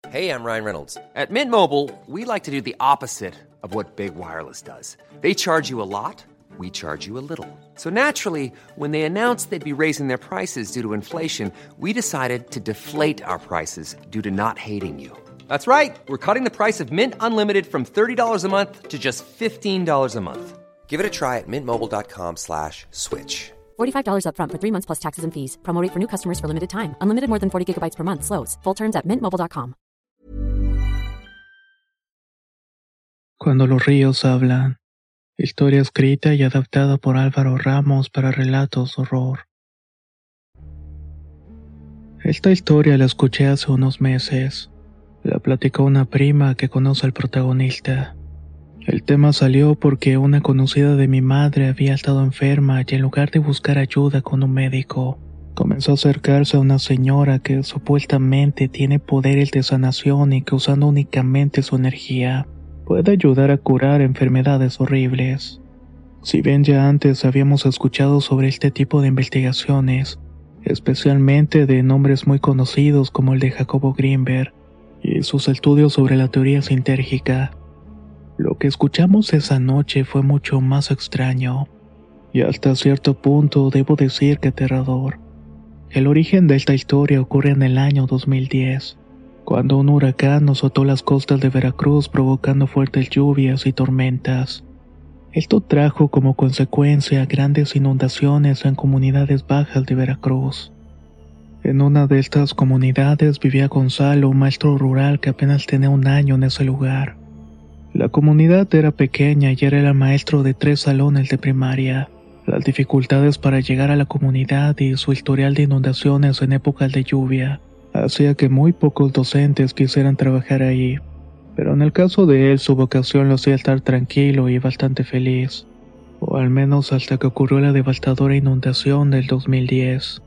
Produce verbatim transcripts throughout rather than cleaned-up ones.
Hey, I'm Ryan Reynolds. At Mint Mobile, we like to do the opposite of what Big Wireless does. They charge you a lot, we charge you a little. So naturally, when they announced they'd be raising their prices due to inflation, we decided to deflate our prices due to not hating you. That's right. We're cutting the price of Mint Unlimited from thirty dollars a month to just fifteen dollars a month. Give it a try at mintmobile.com slash switch. forty-five dollars up front for three months plus taxes and fees. Promo rate for new customers for limited time. Unlimited more than forty gigabytes per month. Slows full terms at mint mobile dot com. Cuando los ríos hablan. Historia escrita y adaptada por Álvaro Ramos para Relatos Horror. Esta historia la escuché hace unos meses. La platicó una prima que conoce al protagonista. El tema salió porque una conocida de mi madre había estado enferma y en lugar de buscar ayuda con un médico, comenzó a acercarse a una señora que supuestamente tiene poderes de sanación y que usando únicamente su energía puede ayudar a curar enfermedades horribles. Si bien ya antes habíamos escuchado sobre este tipo de investigaciones, especialmente de nombres muy conocidos como el de Jacobo Greenberg y sus estudios sobre la teoría sintérgica, lo que escuchamos esa noche fue mucho más extraño, y hasta cierto punto debo decir que aterrador. El origen de esta historia ocurre en el año dos mil diez, cuando un huracán azotó las costas de Veracruz provocando fuertes lluvias y tormentas. Esto trajo como consecuencia grandes inundaciones en comunidades bajas de Veracruz. En una de estas comunidades vivía Gonzalo, un maestro rural que apenas tenía un año en ese lugar. La comunidad era pequeña y era el maestro de tres salones de primaria. Las dificultades para llegar a la comunidad y su historial de inundaciones en épocas de lluvia hacía que muy pocos docentes quisieran trabajar ahí, pero en el caso de él su vocación lo hacía estar tranquilo y bastante feliz, o al menos hasta que ocurrió la devastadora inundación del dos mil diez.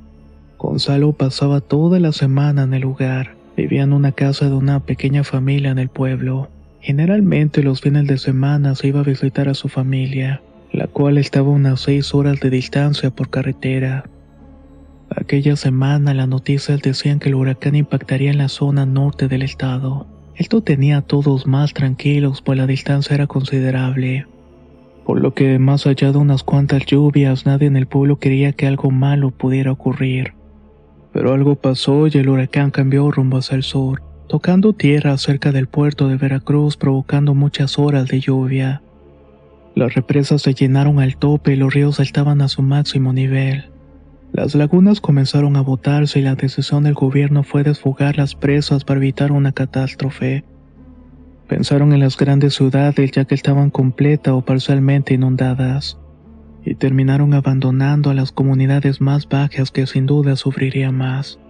Gonzalo pasaba toda la semana en el lugar, vivía en una casa de una pequeña familia en el pueblo. Generalmente los fines de semana se iba a visitar a su familia, la cual estaba a unas seis horas de distancia por carretera. Aquella semana las noticias decían que el huracán impactaría en la zona norte del estado. Esto tenía a todos más tranquilos, pues la distancia era considerable. Por lo que más allá de unas cuantas lluvias, nadie en el pueblo quería que algo malo pudiera ocurrir. Pero algo pasó y el huracán cambió rumbo hacia el sur, tocando tierra cerca del puerto de Veracruz, provocando muchas horas de lluvia. Las represas se llenaron al tope y los ríos estaban a su máximo nivel. Las lagunas comenzaron a botarse y la decisión del gobierno fue desfogar las presas para evitar una catástrofe. Pensaron en las grandes ciudades ya que estaban completa o parcialmente inundadas, y terminaron abandonando a las comunidades más bajas que sin duda sufrirían más.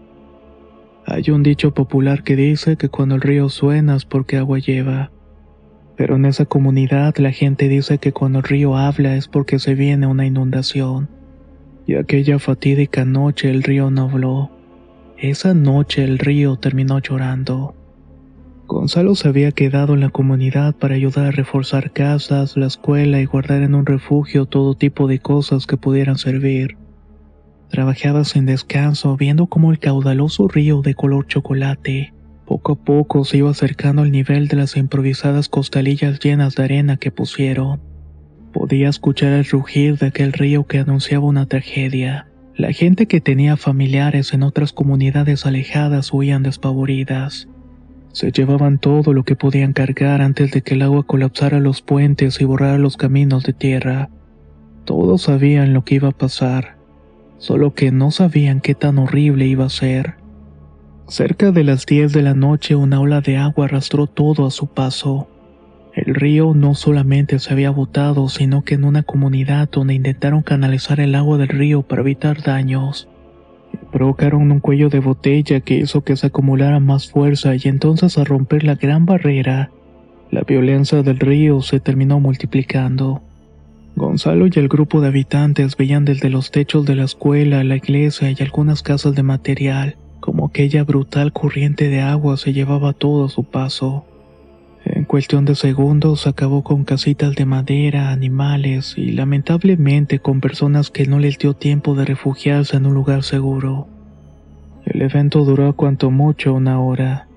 Hay un dicho popular que dice que cuando el río suena es porque agua lleva, pero en esa comunidad la gente dice que cuando el río habla es porque se viene una inundación. Y aquella fatídica noche el río no habló. Esa noche el río terminó llorando. Gonzalo se había quedado en la comunidad para ayudar a reforzar casas, la escuela y guardar en un refugio todo tipo de cosas que pudieran servir. Trabajaba sin descanso, viendo cómo el caudaloso río de color chocolate poco a poco se iba acercando al nivel de las improvisadas costalillas llenas de arena que pusieron. Podía escuchar el rugir de aquel río que anunciaba una tragedia. La gente que tenía familiares en otras comunidades alejadas huían despavoridas. Se llevaban todo lo que podían cargar antes de que el agua colapsara los puentes y borrara los caminos de tierra. Todos sabían lo que iba a pasar, solo que no sabían qué tan horrible iba a ser. Cerca de las diez de la noche una ola de agua arrastró todo a su paso. El río no solamente se había botado, sino que en una comunidad donde intentaron canalizar el agua del río para evitar daños, provocaron un cuello de botella que hizo que se acumulara más fuerza y entonces al romper la gran barrera, la violencia del río se terminó multiplicando. Gonzalo y el grupo de habitantes veían desde los techos de la escuela, la iglesia y algunas casas de material, como aquella brutal corriente de agua se llevaba todo a su paso. En cuestión de segundos acabó con casitas de madera, animales y lamentablemente con personas que no les dio tiempo de refugiarse en un lugar seguro. El evento duró cuanto mucho una hora.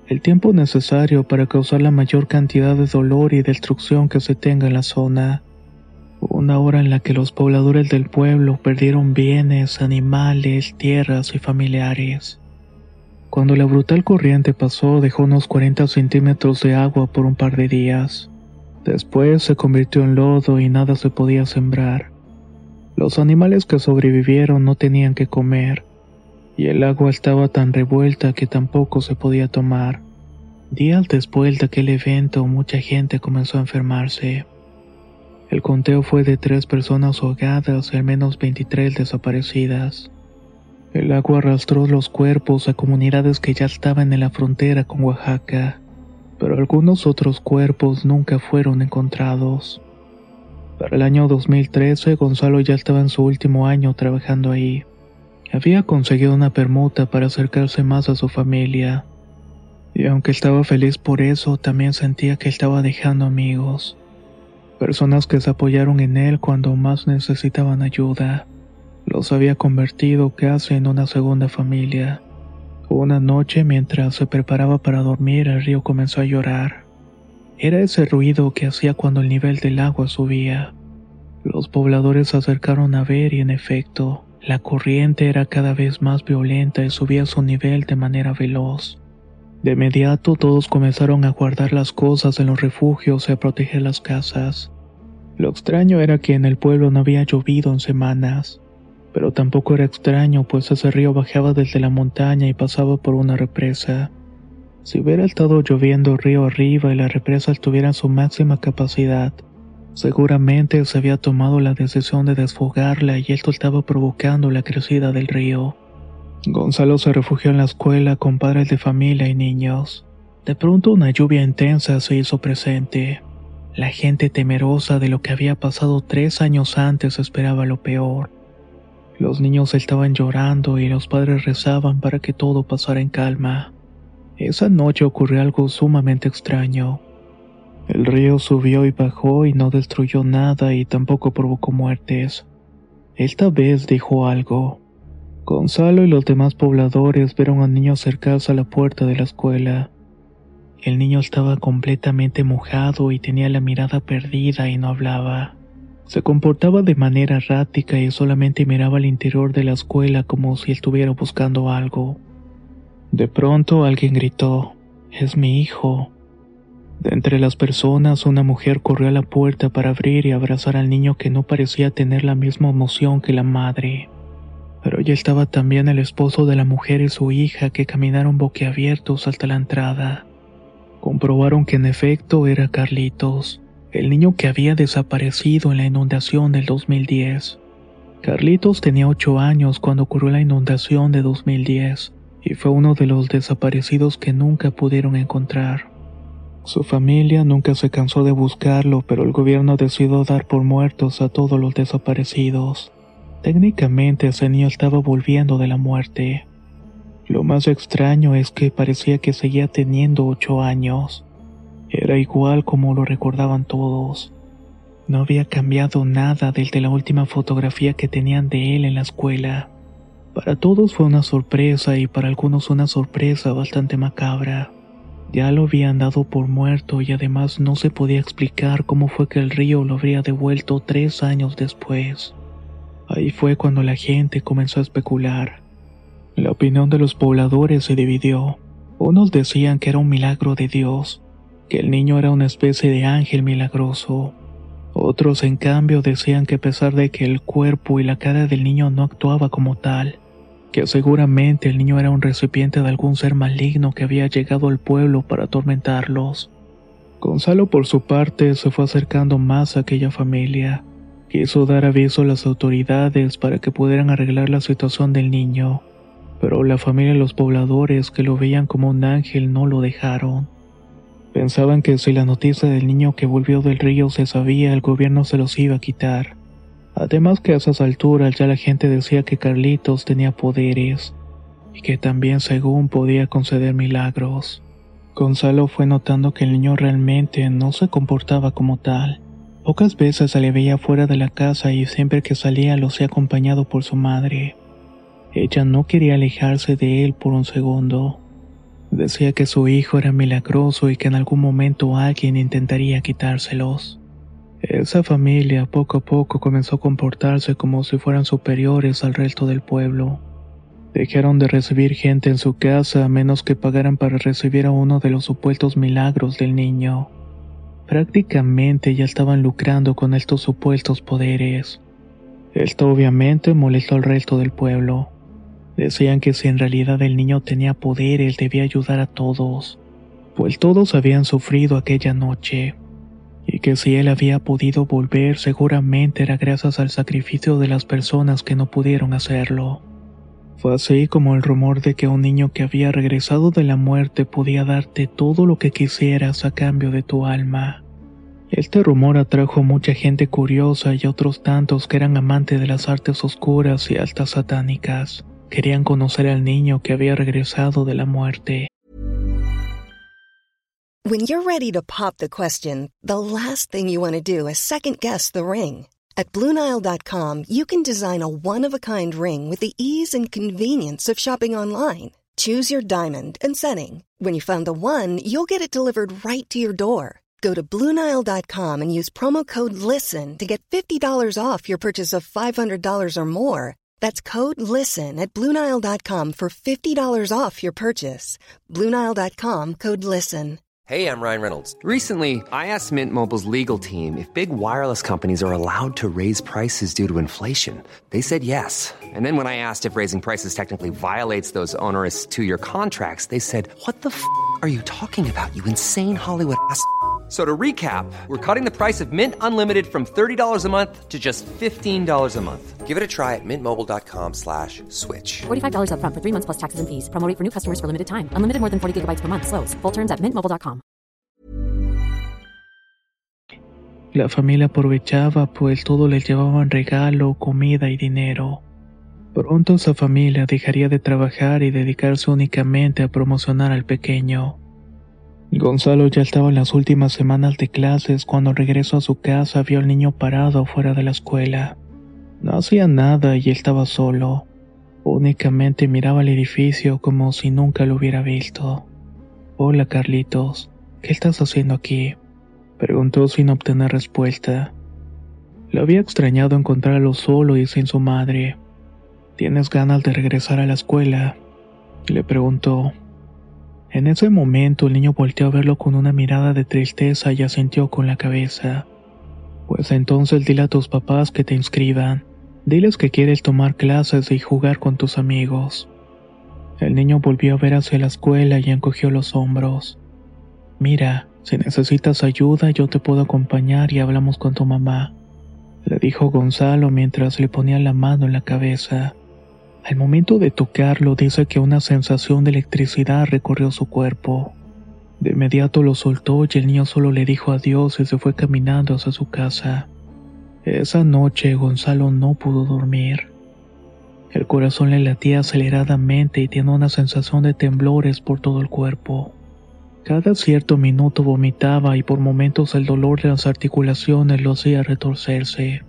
el tiempo necesario para causar la mayor cantidad de dolor y destrucción que se tenga en la zona. Una hora en la que los pobladores del pueblo perdieron bienes, animales, tierras y familiares. Cuando la brutal corriente pasó, dejó unos cuarenta centímetros de agua por un par de días. Después se convirtió en lodo y nada se podía sembrar. Los animales que sobrevivieron no tenían que comer, y el agua estaba tan revuelta que tampoco se podía tomar. Días después de aquel evento, mucha gente comenzó a enfermarse. El conteo fue de tres personas ahogadas y al menos veintitrés desaparecidas. El agua arrastró los cuerpos a comunidades que ya estaban en la frontera con Oaxaca, pero algunos otros cuerpos nunca fueron encontrados. Para el año dos mil trece, Gonzalo ya estaba en su último año trabajando ahí. Había conseguido una permuta para acercarse más a su familia, y aunque estaba feliz por eso, también sentía que estaba dejando amigos, personas que se apoyaron en él cuando más necesitaban ayuda. Los había convertido casi en una segunda familia. Una noche, mientras se preparaba para dormir, el río comenzó a llorar. Era ese ruido que hacía cuando el nivel del agua subía. Los pobladores se acercaron a ver y en efecto, la corriente era cada vez más violenta y subía su nivel de manera veloz. De inmediato todos comenzaron a guardar las cosas en los refugios y a proteger las casas. Lo extraño era que en el pueblo no había llovido en semanas, pero tampoco era extraño pues ese río bajaba desde la montaña y pasaba por una represa. Si hubiera estado lloviendo río arriba y la represa estuviera en su máxima capacidad, seguramente se había tomado la decisión de desfogarla y esto estaba provocando la crecida del río. Gonzalo se refugió en la escuela con padres de familia y niños. De pronto una lluvia intensa se hizo presente. La gente temerosa de lo que había pasado tres años antes esperaba lo peor. Los niños estaban llorando y los padres rezaban para que todo pasara en calma. Esa noche ocurrió algo sumamente extraño. El río subió y bajó y no destruyó nada y tampoco provocó muertes. Esta vez dijo algo. Gonzalo y los demás pobladores vieron al niño acercarse a la puerta de la escuela. El niño estaba completamente mojado y tenía la mirada perdida y no hablaba. Se comportaba de manera errática y solamente miraba al interior de la escuela como si estuviera buscando algo. De pronto alguien gritó, «¡Es mi hijo!». De entre las personas, una mujer corrió a la puerta para abrir y abrazar al niño que no parecía tener la misma emoción que la madre. Pero ya estaba también el esposo de la mujer y su hija que caminaron boquiabiertos hasta la entrada. Comprobaron que en efecto era Carlitos, el niño que había desaparecido en la inundación del dos mil diez. Carlitos tenía ocho años cuando ocurrió la inundación de dos mil diez y fue uno de los desaparecidos que nunca pudieron encontrar. Su familia nunca se cansó de buscarlo, pero el gobierno decidió dar por muertos a todos los desaparecidos. Técnicamente ese niño estaba volviendo de la muerte. Lo más extraño es que parecía que seguía teniendo ocho años. Era igual como lo recordaban todos. No había cambiado nada desde la última fotografía que tenían de él en la escuela. Para todos fue una sorpresa y para algunos una sorpresa bastante macabra. Ya lo habían dado por muerto y además no se podía explicar cómo fue que el río lo habría devuelto tres años después. Ahí fue cuando la gente comenzó a especular. La opinión de los pobladores se dividió. Unos decían que era un milagro de Dios, que el niño era una especie de ángel milagroso. Otros, en cambio, decían que a pesar de que el cuerpo y la cara del niño no actuaba como tal, que seguramente el niño era un recipiente de algún ser maligno que había llegado al pueblo para atormentarlos. Gonzalo, por su parte, se fue acercando más a aquella familia. Quiso dar aviso a las autoridades para que pudieran arreglar la situación del niño, pero la familia y los pobladores que lo veían como un ángel no lo dejaron. Pensaban que si la noticia del niño que volvió del río se sabía, el gobierno se los iba a quitar. Además que a esas alturas ya la gente decía que Carlitos tenía poderes, y que también según podía conceder milagros. Gonzalo fue notando que el niño realmente no se comportaba como tal. Pocas veces se le veía fuera de la casa y siempre que salía lo hacía acompañado por su madre. Ella no quería alejarse de él por un segundo. Decía que su hijo era milagroso y que en algún momento alguien intentaría quitárselos. Esa familia poco a poco comenzó a comportarse como si fueran superiores al resto del pueblo. Dejaron de recibir gente en su casa a menos que pagaran para recibir a uno de los supuestos milagros del niño. Prácticamente ya estaban lucrando con estos supuestos poderes. Esto obviamente molestó al resto del pueblo. Decían que si en realidad el niño tenía poderes debía ayudar a todos, pues todos habían sufrido aquella noche, y que si él había podido volver seguramente era gracias al sacrificio de las personas que no pudieron hacerlo. Fue así como el rumor de que un niño que había regresado de la muerte podía darte todo lo que quisieras a cambio de tu alma. Este rumor atrajo a mucha gente curiosa y a otros tantos que eran amantes de las artes oscuras y altas satánicas. Querían conocer al niño que había regresado de la muerte. When you're ready to pop the question, the last thing you want to do is second-guess the ring. At Blue Nile dot com, you can design a one-of-a-kind ring with the ease and convenience of shopping online. Choose your diamond and setting. When you find the one, you'll get it delivered right to your door. Go to Blue Nile dot com and use promo code LISTEN to get fifty dollars off your purchase of five hundred dollars or more. That's code LISTEN at Blue Nile dot com for fifty dollars off your purchase. Blue Nile dot com, code LISTEN. Hey, I'm Ryan Reynolds. Recently, I asked Mint Mobile's legal team if big wireless companies are allowed to raise prices due to inflation. They said yes. And then when I asked if raising prices technically violates those onerous two-year contracts, they said, "What the f*** are you talking about, you insane Hollywood ass?" So to recap, we're cutting the price of Mint Unlimited from thirty dollars a month to just fifteen dollars a month. Give it a try at mintmobile.com slash switch. forty-five dollars up front for three months plus taxes and fees. Promo rate for new customers for limited time. Unlimited more than forty gigabytes per month. Slows full terms at mint mobile dot com. La familia aprovechaba, pues todo les llevaban regalo, comida y dinero. Pronto esa familia dejaría de trabajar y dedicarse únicamente a promocionar al pequeño. Gonzalo ya estaba en las últimas semanas de clases cuando regresó a su casa vio al niño parado afuera de la escuela. No hacía nada y estaba solo. Únicamente miraba el edificio como si nunca lo hubiera visto. «Hola, Carlitos, ¿qué estás haciendo aquí?», preguntó sin obtener respuesta. Lo había extrañado encontrarlo solo y sin su madre. «¿Tienes ganas de regresar a la escuela?», le preguntó. En ese momento el niño volteó a verlo con una mirada de tristeza y asintió con la cabeza. «Pues entonces dile a tus papás que te inscriban. Diles que quieres tomar clases y jugar con tus amigos». El niño volvió a ver hacia la escuela y encogió los hombros. «Mira, si necesitas ayuda yo te puedo acompañar y hablamos con tu mamá», le dijo Gonzalo mientras le ponía la mano en la cabeza. Al momento de tocarlo dice que una sensación de electricidad recorrió su cuerpo. De inmediato lo soltó y el niño solo le dijo adiós y se fue caminando hacia su casa. Esa noche Gonzalo no pudo dormir. El corazón le latía aceleradamente y tenía una sensación de temblores por todo el cuerpo. Cada cierto minuto vomitaba y por momentos el dolor de las articulaciones lo hacía retorcerse.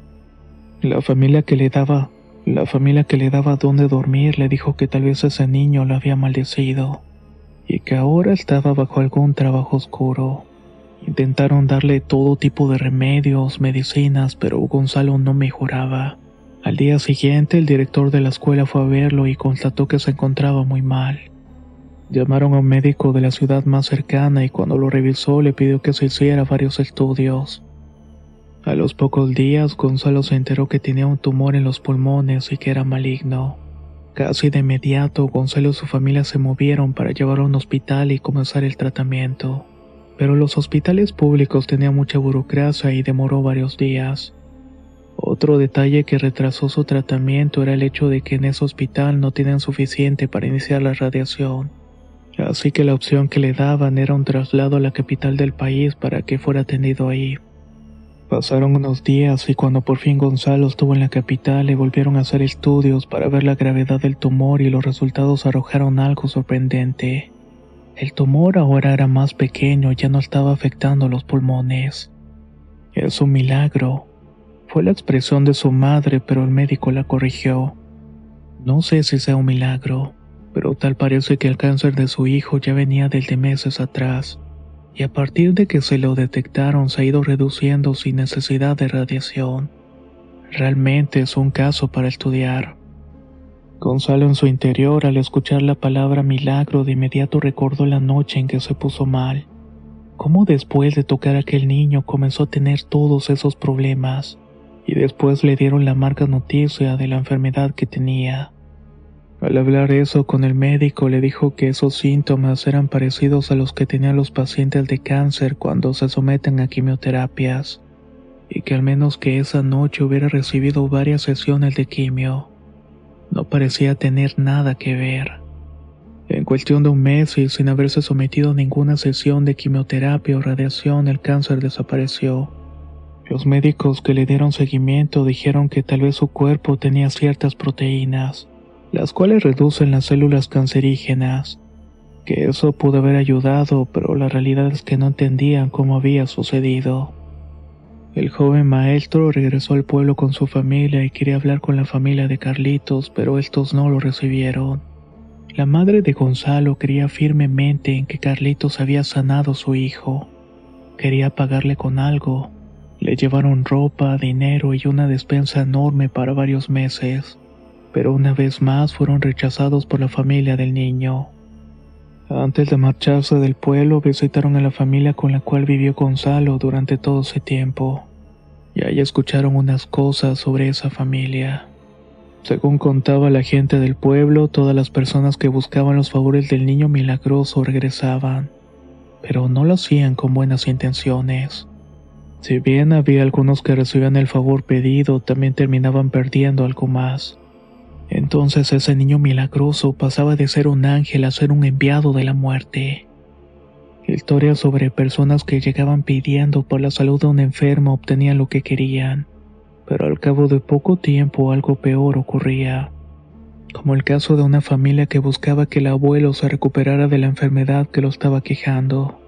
La familia que le daba La familia que le daba dónde dormir le dijo que tal vez ese niño lo había maldecido y que ahora estaba bajo algún trabajo oscuro. Intentaron darle todo tipo de remedios, medicinas, pero Gonzalo no mejoraba. Al día siguiente el director de la escuela fue a verlo y constató que se encontraba muy mal. Llamaron a un médico de la ciudad más cercana y cuando lo revisó le pidió que se hiciera varios estudios. A los pocos días, Gonzalo se enteró que tenía un tumor en los pulmones y que era maligno. Casi de inmediato, Gonzalo y su familia se movieron para llevarlo a un hospital y comenzar el tratamiento. Pero los hospitales públicos tenían mucha burocracia y demoró varios días. Otro detalle que retrasó su tratamiento era el hecho de que en ese hospital no tenían suficiente para iniciar la radiación. Así que la opción que le daban era un traslado a la capital del país para que fuera atendido ahí. Pasaron unos días y cuando por fin Gonzalo estuvo en la capital le volvieron a hacer estudios para ver la gravedad del tumor y los resultados arrojaron algo sorprendente. El tumor ahora era más pequeño y ya no estaba afectando los pulmones. «Es un milagro», fue la expresión de su madre, pero el médico la corrigió. «No sé si sea un milagro, pero tal parece que el cáncer de su hijo ya venía desde meses atrás, y a partir de que se lo detectaron se ha ido reduciendo sin necesidad de radiación. Realmente es un caso para estudiar. Gonzalo en su interior, al escuchar la palabra milagro, de inmediato recordó la noche en que se puso mal. Cómo después de tocar a aquel niño comenzó a tener todos esos problemas, y después le dieron la amarga noticia de la enfermedad que tenía. Al hablar eso con el médico, le dijo que esos síntomas eran parecidos a los que tenían los pacientes de cáncer cuando se someten a quimioterapias, y que al menos que esa noche hubiera recibido varias sesiones de quimio. No parecía tener nada que ver. En cuestión de un mes y sin haberse sometido a ninguna sesión de quimioterapia o radiación, el cáncer desapareció. Los médicos que le dieron seguimiento dijeron que tal vez su cuerpo tenía ciertas proteínas, las cuales reducen las células cancerígenas, que eso pudo haber ayudado, pero la realidad es que no entendían cómo había sucedido. El joven maestro regresó al pueblo con su familia y quería hablar con la familia de Carlitos, pero estos no lo recibieron. La madre de Gonzalo creía firmemente en que Carlitos había sanado a su hijo. Quería pagarle con algo. Le llevaron ropa, dinero y una despensa enorme para varios meses, pero una vez más fueron rechazados por la familia del niño. Antes de marcharse del pueblo, visitaron a la familia con la cual vivió Gonzalo durante todo ese tiempo, y ahí escucharon unas cosas sobre esa familia. Según contaba la gente del pueblo, todas las personas que buscaban los favores del niño milagroso regresaban, pero no lo hacían con buenas intenciones. Si bien había algunos que recibían el favor pedido, también terminaban perdiendo algo más. Entonces ese niño milagroso pasaba de ser un ángel a ser un enviado de la muerte. Historias sobre personas que llegaban pidiendo por la salud de un enfermo obtenían lo que querían, pero al cabo de poco tiempo algo peor ocurría, como el caso de una familia que buscaba que el abuelo se recuperara de la enfermedad que lo estaba quejando,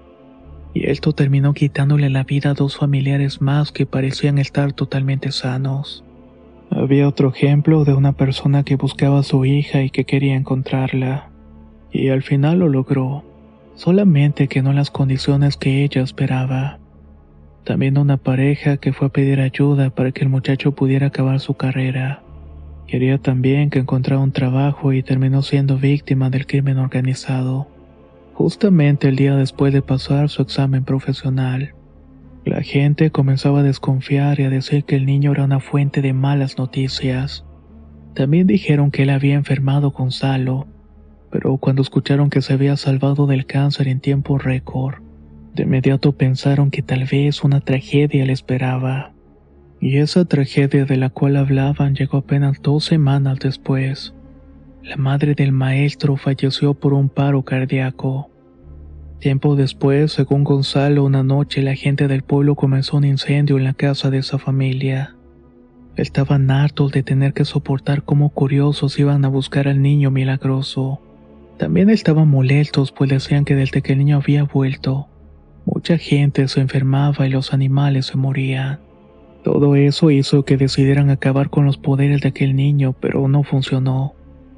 y esto terminó quitándole la vida a dos familiares más que parecían estar totalmente sanos. Había otro ejemplo de una persona que buscaba a su hija y que quería encontrarla, y al final lo logró, solamente que no en las condiciones que ella esperaba. También una pareja que fue a pedir ayuda para que el muchacho pudiera acabar su carrera. Quería también que encontrara un trabajo y terminó siendo víctima del crimen organizado, justamente el día después de pasar su examen profesional. La gente comenzaba a desconfiar y a decir que el niño era una fuente de malas noticias. También dijeron que él había enfermado con Gonzalo, pero cuando escucharon que se había salvado del cáncer en tiempo récord, de inmediato pensaron que tal vez una tragedia le esperaba. Y esa tragedia de la cual hablaban llegó apenas dos semanas después. La madre del maestro falleció por un paro cardíaco. Tiempo después, según Gonzalo, una noche la gente del pueblo comenzó un incendio en la casa de esa familia. Estaban hartos de tener que soportar cómo curiosos iban a buscar al niño milagroso. También estaban molestos pues decían que desde que el niño había vuelto, mucha gente se enfermaba y los animales se morían. Todo eso hizo que decidieran acabar con los poderes de aquel niño, pero no funcionó.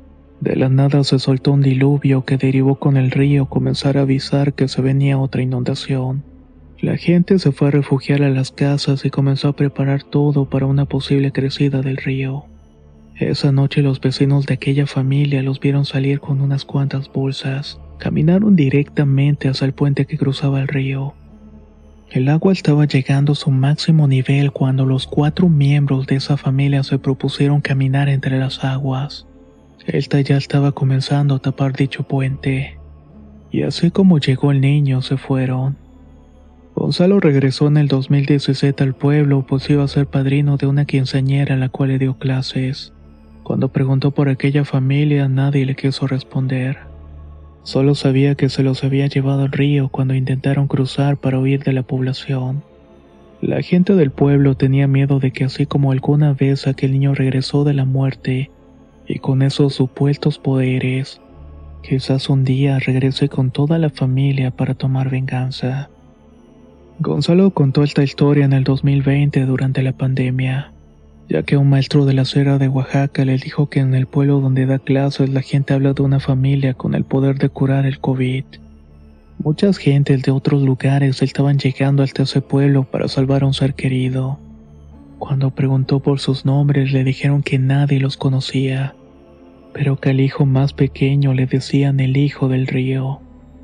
De la nada se soltó un diluvio que derivó con el río comenzar a avisar que se venía otra inundación. La gente se fue a refugiar a las casas y comenzó a preparar todo para una posible crecida del río. Esa noche los vecinos de aquella familia los vieron salir con unas cuantas bolsas. Caminaron directamente hacia el puente que cruzaba el río. El agua estaba llegando a su máximo nivel cuando los cuatro miembros de esa familia se propusieron caminar entre las aguas. Esta ya estaba comenzando a tapar dicho puente, y así como llegó el niño se fueron. Gonzalo regresó en el dos mil diecisiete al pueblo, pues iba a ser padrino de una quinceañera a la cual le dio clases. Cuando preguntó por aquella familia, nadie le quiso responder. Solo sabía que se los había llevado al río cuando intentaron cruzar para huir de la población. La gente del pueblo tenía miedo de que así como alguna vez aquel niño regresó de la muerte, y con esos supuestos poderes, quizás un día regrese con toda la familia para tomar venganza. Gonzalo contó esta historia en el dos mil veinte durante la pandemia. ya que un maestro de la Sierra de Oaxaca le dijo que en el pueblo donde da clases la gente habla de una familia con el poder de curar el COVID. Muchas gentes de otros lugares estaban llegando hasta ese pueblo para salvar a un ser querido. Cuando preguntó por sus nombres le dijeron que nadie los conocía, pero que al hijo más pequeño le decían el hijo del río.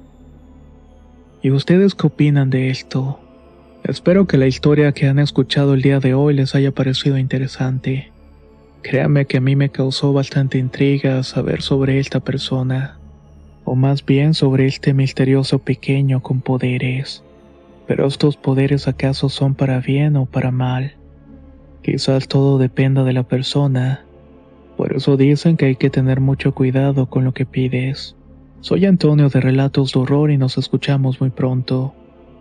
¿Y ustedes qué opinan de esto? Espero que la historia que han escuchado el día de hoy les haya parecido interesante. Créanme que a mí me causó bastante intriga saber sobre esta persona, o más bien sobre este misterioso pequeño con poderes. Pero estos poderes ¿acaso son para bien o para mal? Quizás todo dependa de la persona. Por eso dicen que hay que tener mucho cuidado con lo que pides. Soy Antonio de Relatos de Horror y nos escuchamos muy pronto.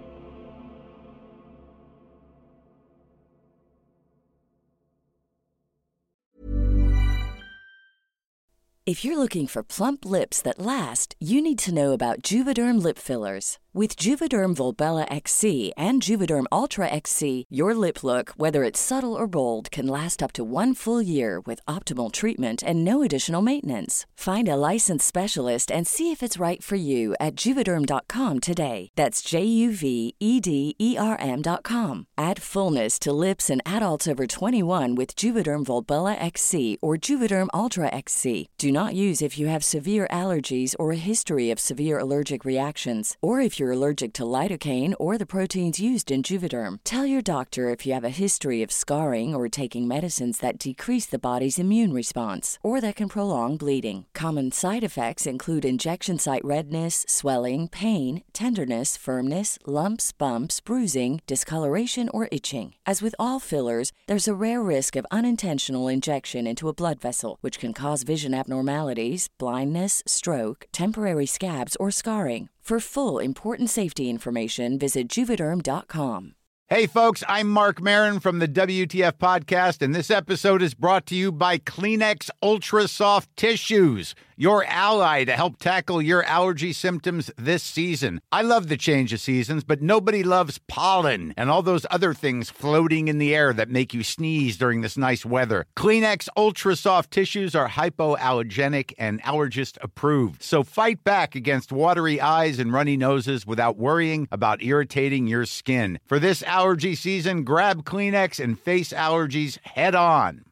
If you're looking for plump lips that last, you need to know about Juvederm lip fillers. With Juvederm Volbella X C and Juvederm Ultra X C, your lip look, whether it's subtle or bold, can last up to one full year with optimal treatment and no additional maintenance. Find a licensed specialist and see if it's right for you at Juvederm dot com today. That's J U V E D E R M dot com. Add fullness to lips in adults over twenty-one with Juvederm Volbella X C or Juvederm Ultra X C. Do not use if you have severe allergies or a history of severe allergic reactions, or if you're allergic to lidocaine or the proteins used in Juvederm. Tell your doctor if you have a history of scarring or taking medicines that decrease the body's immune response or that can prolong bleeding. Common side effects include injection site redness, swelling, pain, tenderness, firmness, lumps, bumps, bruising, discoloration, or itching. As with all fillers, there's a rare risk of unintentional injection into a blood vessel, which can cause vision abnormalities, blindness, stroke, temporary scabs, or scarring. For full important safety information, visit Juvederm dot com. Hey, folks, I'm Mark Maron from the W T F Podcast, and this episode is brought to you by Kleenex Ultra Soft Tissues, your ally to help tackle your allergy symptoms this season. I love the change of seasons, but nobody loves pollen and all those other things floating in the air that make you sneeze during this nice weather. Kleenex Ultra Soft Tissues are hypoallergenic and allergist approved, so fight back against watery eyes and runny noses without worrying about irritating your skin. For this allergy season, grab Kleenex and face allergies head on.